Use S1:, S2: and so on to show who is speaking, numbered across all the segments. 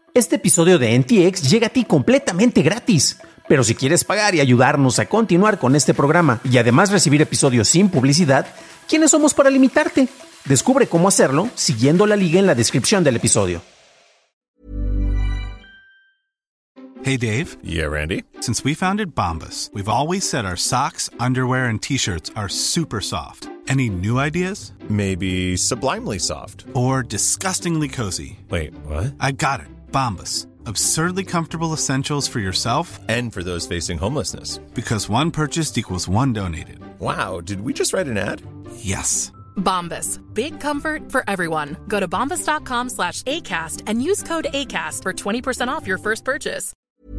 S1: Este episodio de NTX llega a ti completamente gratis. Pero si quieres pagar y ayudarnos a continuar con este programa y además recibir episodios sin publicidad, ¿quiénes somos para limitarte? Descubre cómo hacerlo siguiendo la liga en la descripción del episodio.
S2: Hey Dave.
S3: Yeah, Randy.
S2: Since we founded Bombas, we've always said our socks, underwear, and t-shirts are super soft. Any new ideas?
S3: Maybe sublimely soft.
S2: Or disgustingly cozy.
S3: Wait, what?
S2: I got it. Bombas. Absurdly comfortable essentials for yourself
S3: and for those facing homelessness.
S2: Because one purchased equals one donated.
S3: Wow, did we just write an ad?
S2: Yes.
S4: Bombas. Big comfort for everyone. Go to bombas.com/ACAST and use code ACAST for 20% off your first purchase.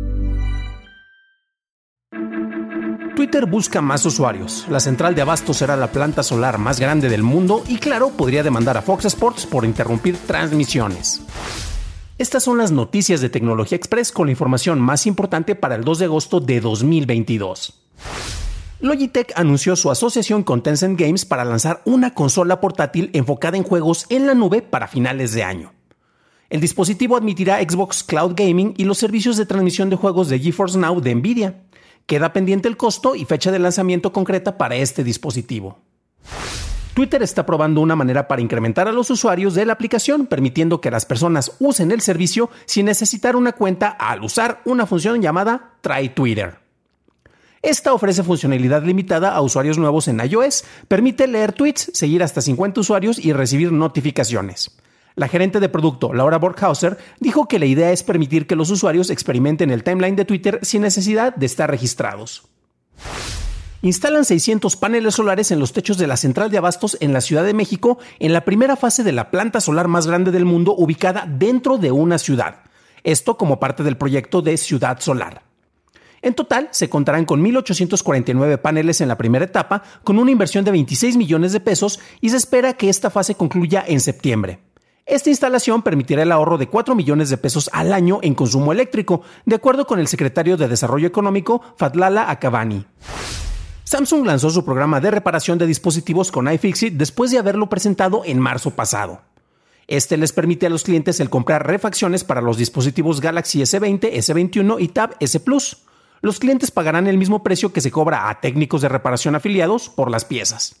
S1: Twitter busca más usuarios. La central de abasto será la planta solar más grande del mundo y Claro podría demandar a Fox Sports por interrumpir transmisiones. Estas son las noticias de Tecnología Express con la información más importante para el 2 de agosto de 2022. Logitech anunció su asociación con Tencent Games para lanzar una consola portátil enfocada en juegos en la nube para finales de año. El dispositivo admitirá Xbox Cloud Gaming y los servicios de transmisión de juegos de GeForce Now de Nvidia. Queda pendiente el costo y fecha de lanzamiento concreta para este dispositivo. Twitter está probando una manera para incrementar a los usuarios de la aplicación, permitiendo que las personas usen el servicio sin necesitar una cuenta al usar una función llamada Try Twitter. Esta ofrece funcionalidad limitada a usuarios nuevos en iOS, permite leer tweets, seguir hasta 50 usuarios y recibir notificaciones. La gerente de producto, Laura Borkhauser, dijo que la idea es permitir que los usuarios experimenten el timeline de Twitter sin necesidad de estar registrados. Instalan 600 paneles solares en los techos de la central de abastos en la Ciudad de México en la primera fase de la planta solar más grande del mundo ubicada dentro de una ciudad. Esto como parte del proyecto de Ciudad Solar. En total, se contarán con 1,849 paneles en la primera etapa, con una inversión de 26 millones de pesos y se espera que esta fase concluya en septiembre. Esta instalación permitirá el ahorro de 4 millones de pesos al año en consumo eléctrico, de acuerdo con el secretario de Desarrollo Económico, Fadlala Akabani. Samsung lanzó su programa de reparación de dispositivos con iFixit después de haberlo presentado en marzo pasado. Este les permite a los clientes el comprar refacciones para los dispositivos Galaxy S20, S21 y Tab S Plus. Los clientes pagarán el mismo precio que se cobra a técnicos de reparación afiliados por las piezas.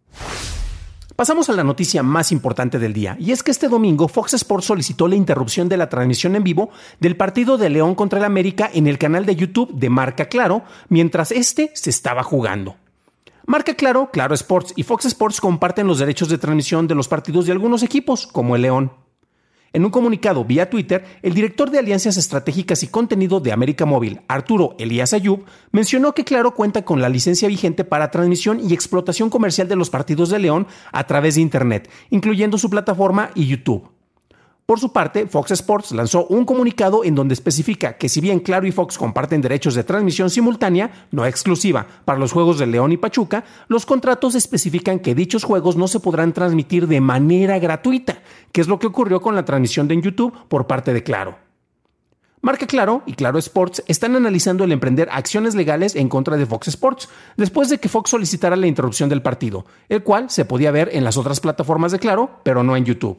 S1: Pasamos a la noticia más importante del día, y es que este domingo Fox Sports solicitó la interrupción de la transmisión en vivo del partido de León contra el América en el canal de YouTube de Marca Claro, mientras se estaba jugando. Marca Claro, Claro Sports y Fox Sports comparten los derechos de transmisión de los partidos de algunos equipos, como el León. En un comunicado vía Twitter, el director de Alianzas Estratégicas y Contenido de América Móvil, Arturo Elías Ayub, mencionó que Claro cuenta con la licencia vigente para transmisión y explotación comercial de los partidos de León a través de Internet, incluyendo su plataforma y YouTube. Por su parte, Fox Sports lanzó un comunicado en donde especifica que si bien Claro y Fox comparten derechos de transmisión simultánea, no exclusiva, para los juegos de León y Pachuca, los contratos especifican que dichos juegos no se podrán transmitir de manera gratuita, que es lo que ocurrió con la transmisión de YouTube por parte de Claro. Marca Claro y Claro Sports están analizando el emprender acciones legales en contra de Fox Sports, después de que Fox solicitara la interrupción del partido, el cual se podía ver en las otras plataformas de Claro, pero no en YouTube.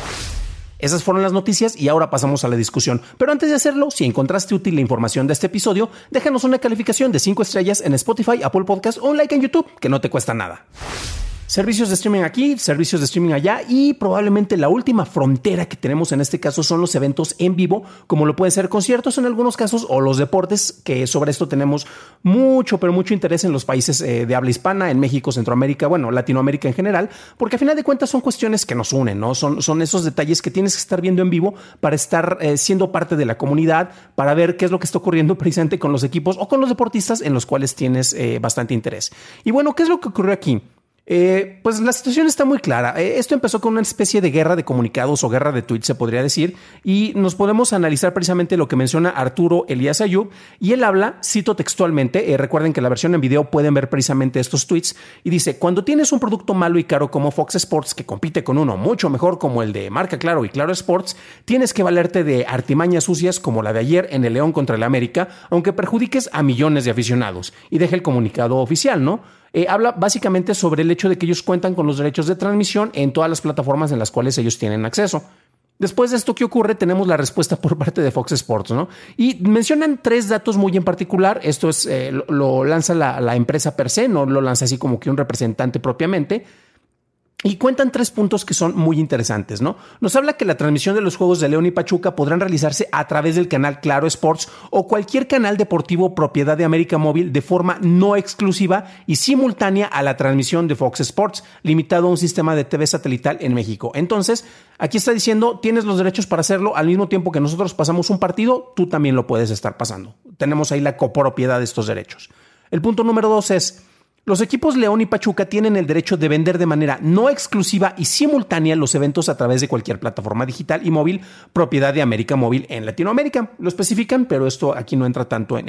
S1: Esas fueron las noticias y ahora pasamos a la discusión. Pero antes de hacerlo, si encontraste útil la información de este episodio, déjanos una calificación de 5 estrellas en Spotify, Apple Podcast o un like en YouTube, que no te cuesta nada. Servicios de streaming aquí, servicios de streaming allá y probablemente la última frontera que tenemos en este caso son los eventos en vivo, como lo pueden ser conciertos en algunos casos o los deportes, que sobre esto tenemos mucho, pero mucho interés en los países de habla hispana, en México, Centroamérica, bueno, Latinoamérica en general, porque a final de cuentas son cuestiones que nos unen, ¿no? Son esos detalles que tienes que estar viendo en vivo para estar siendo parte de la comunidad, para ver qué es lo que está ocurriendo precisamente con los equipos o con los deportistas en los cuales tienes bastante interés. Y bueno, ¿qué es lo que ocurrió aquí? Pues la situación está muy clara. Esto empezó con una especie de guerra de comunicados o guerra de tweets, se podría decir, y nos podemos analizar precisamente lo que menciona Arturo Elías Ayub, y él habla, cito textualmente, recuerden que la versión en video pueden ver precisamente estos tweets, y dice: cuando tienes un producto malo y caro como Fox Sports, que compite con uno mucho mejor como el de Marca Claro y Claro Sports, tienes que valerte de artimañas sucias como la de ayer en el León contra el América, aunque perjudiques a millones de aficionados. Y deja el comunicado oficial, ¿no? Habla básicamente sobre el hecho de que ellos cuentan con los derechos de transmisión en todas las plataformas en las cuales ellos tienen acceso. Después de esto, ¿qué ocurre? Tenemos la respuesta por parte de Fox Sports, ¿no? Y mencionan 3 datos muy en particular. Esto es, lo lanza la empresa per se, no lo lanza así como que un representante propiamente. Y cuentan 3 puntos que son muy interesantes, ¿no? Nos habla que la transmisión de los juegos de León y Pachuca podrán realizarse a través del canal Claro Sports o cualquier canal deportivo propiedad de América Móvil de forma no exclusiva y simultánea a la transmisión de Fox Sports, limitado a un sistema de TV satelital en México. Entonces, aquí está diciendo, tienes los derechos para hacerlo al mismo tiempo que nosotros pasamos un partido, tú también lo puedes estar pasando. Tenemos ahí la copropiedad de estos derechos. El punto número 2 es: los equipos León y Pachuca tienen el derecho de vender de manera no exclusiva y simultánea los eventos a través de cualquier plataforma digital y móvil propiedad de América Móvil en Latinoamérica. Lo especifican, pero esto aquí no entra tanto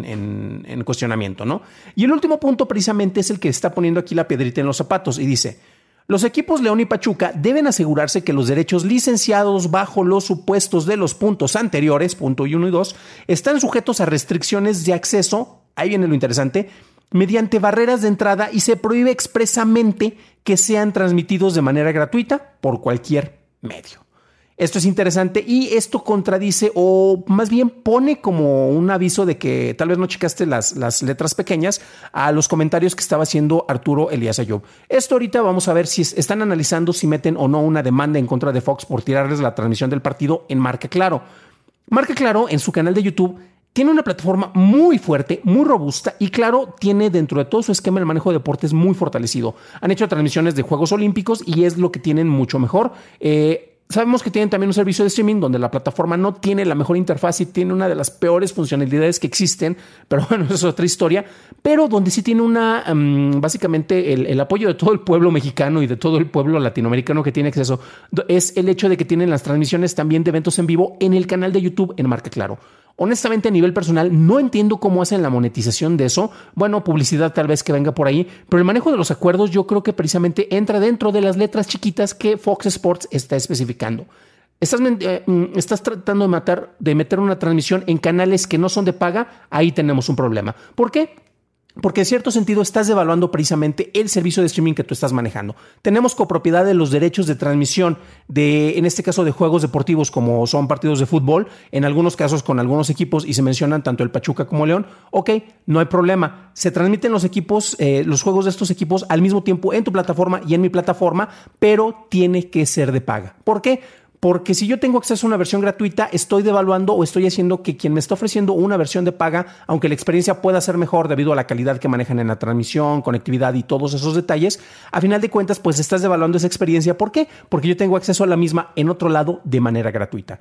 S1: en cuestionamiento, ¿no? Y el último punto precisamente es el que está poniendo aquí la piedrita en los zapatos y dice: los equipos León y Pachuca deben asegurarse que los derechos licenciados bajo los supuestos de los puntos anteriores, punto 1 y 2, están sujetos a restricciones de acceso, ahí viene lo interesante, mediante barreras de entrada y se prohíbe expresamente que sean transmitidos de manera gratuita por cualquier medio. Esto es interesante y esto contradice o más bien pone como un aviso de que tal vez no checaste las letras pequeñas a los comentarios que estaba haciendo Arturo Elías Ayub. Esto ahorita vamos a ver si están analizando si meten o no una demanda en contra de Fox por tirarles la transmisión del partido en Marca Claro. Marca Claro en su canal de YouTube tiene una plataforma muy fuerte, muy robusta y Claro tiene dentro de todo su esquema el manejo de deportes muy fortalecido. Han hecho transmisiones de Juegos Olímpicos y es lo que tienen mucho mejor. Sabemos que tienen también un servicio de streaming donde la plataforma no tiene la mejor interfaz y tiene una de las peores funcionalidades que existen, pero bueno, eso es otra historia, pero donde sí tiene básicamente el apoyo de todo el pueblo mexicano y de todo el pueblo latinoamericano que tiene acceso, es el hecho de que tienen las transmisiones también de eventos en vivo en el canal de YouTube en Marca Claro. Honestamente, a nivel personal, no entiendo cómo hacen la monetización de eso. Bueno, publicidad tal vez que venga por ahí, pero el manejo de los acuerdos yo creo que precisamente entra dentro de las letras chiquitas que Fox Sports está especificando. Estás tratando de meter una transmisión en canales que no son de paga, ahí tenemos un problema. ¿Por qué? Porque en cierto sentido estás devaluando precisamente el servicio de streaming que tú estás manejando. Tenemos copropiedad de los derechos de transmisión en este caso de juegos deportivos como son partidos de fútbol, en algunos casos con algunos equipos y se mencionan tanto el Pachuca como León. Ok, no hay problema. Se transmiten los juegos de estos equipos al mismo tiempo en tu plataforma y en mi plataforma, pero tiene que ser de paga. ¿Por qué? Porque si yo tengo acceso a una versión gratuita, estoy devaluando o estoy haciendo que quien me está ofreciendo una versión de paga, aunque la experiencia pueda ser mejor debido a la calidad que manejan en la transmisión, conectividad y todos esos detalles, a final de cuentas, pues estás devaluando esa experiencia. ¿Por qué? Porque yo tengo acceso a la misma en otro lado de manera gratuita.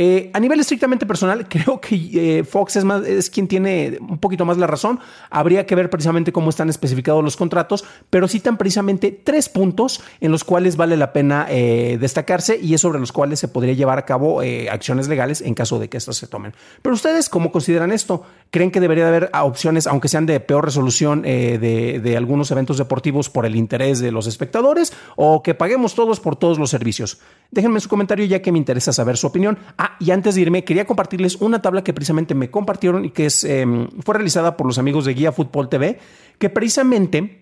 S1: A nivel estrictamente personal, creo que Fox es quien tiene un poquito más la razón. Habría que ver precisamente cómo están especificados los contratos, pero citan precisamente 3 puntos en los cuales vale la pena destacarse y es sobre los cuales se podría llevar a cabo acciones legales en caso de que estas se tomen. Pero ustedes, ¿cómo consideran esto? ¿Creen que debería de haber opciones, aunque sean de peor resolución, de algunos eventos deportivos por el interés de los espectadores o que paguemos todos por todos los servicios? Déjenme su comentario ya que me interesa saber su opinión. Y antes de irme, quería compartirles una tabla que precisamente me compartieron y que fue realizada por los amigos de Guía Fútbol TV, que precisamente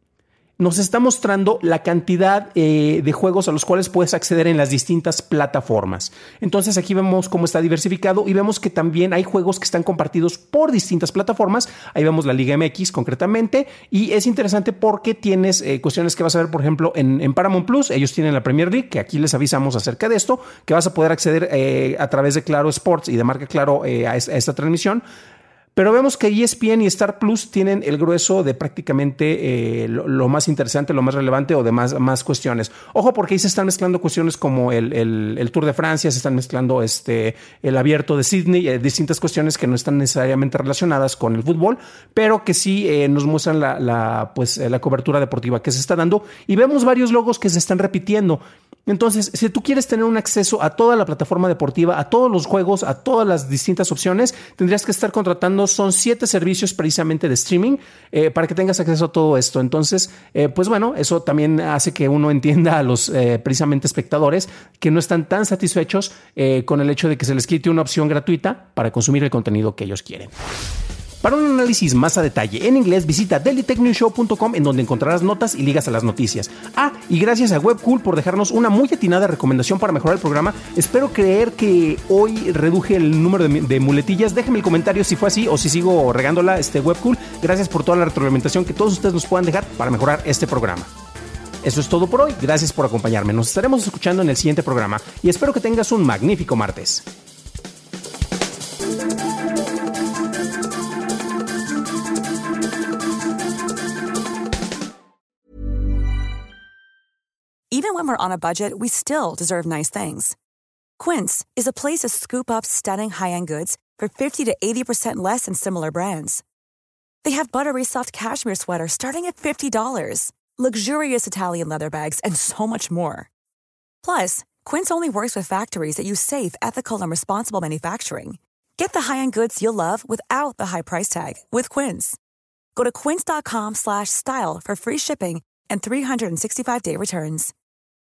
S1: nos está mostrando la cantidad de juegos a los cuales puedes acceder en las distintas plataformas. Entonces aquí vemos cómo está diversificado y vemos que también hay juegos que están compartidos por distintas plataformas. Ahí vemos la Liga MX concretamente y es interesante porque tienes cuestiones que vas a ver, por ejemplo, en Paramount Plus. Ellos tienen la Premier League, que aquí les avisamos acerca de esto, que vas a poder acceder a través de Claro Sports y de Marca Claro a esta transmisión. Pero vemos que ESPN y Star Plus tienen el grueso de prácticamente lo más interesante, lo más relevante o de más cuestiones. Ojo, porque ahí se están mezclando cuestiones como el Tour de Francia, se están mezclando el Abierto de Sydney, distintas cuestiones que no están necesariamente relacionadas con el fútbol, pero que sí nos muestran la cobertura deportiva que se está dando. Y vemos varios logos que se están repitiendo. Entonces, si tú quieres tener un acceso a toda la plataforma deportiva, a todos los juegos, a todas las distintas opciones, tendrías que estar contratando, son 7 servicios precisamente de streaming para que tengas acceso a todo esto. Entonces, pues bueno, eso también hace que uno entienda a los precisamente espectadores que no están tan satisfechos con el hecho de que se les quite una opción gratuita para consumir el contenido que ellos quieren. Para un análisis más a detalle en inglés, visita dailytechnewshow.com, en donde encontrarás notas y ligas a las noticias. Y gracias a Webcool por dejarnos una muy atinada recomendación para mejorar el programa. Espero creer que hoy reduje el número de muletillas. Déjenme el comentario si fue así o si sigo regándola, Webcool. Gracias por toda la retroalimentación que todos ustedes nos puedan dejar para mejorar este programa. Eso es todo por hoy. Gracias por acompañarme. Nos estaremos escuchando en el siguiente programa y espero que tengas un magnífico martes.
S5: Even when we're on a budget, we still deserve nice things. Quince is a place to scoop up stunning high-end goods for 50 to 80% less than similar brands. They have buttery soft cashmere sweaters starting at $50, luxurious Italian leather bags, and so much more. Plus, Quince only works with factories that use safe, ethical, and responsible manufacturing. Get the high-end goods you'll love without the high price tag with Quince. Go to quince.com/style for free shipping and 365-day returns.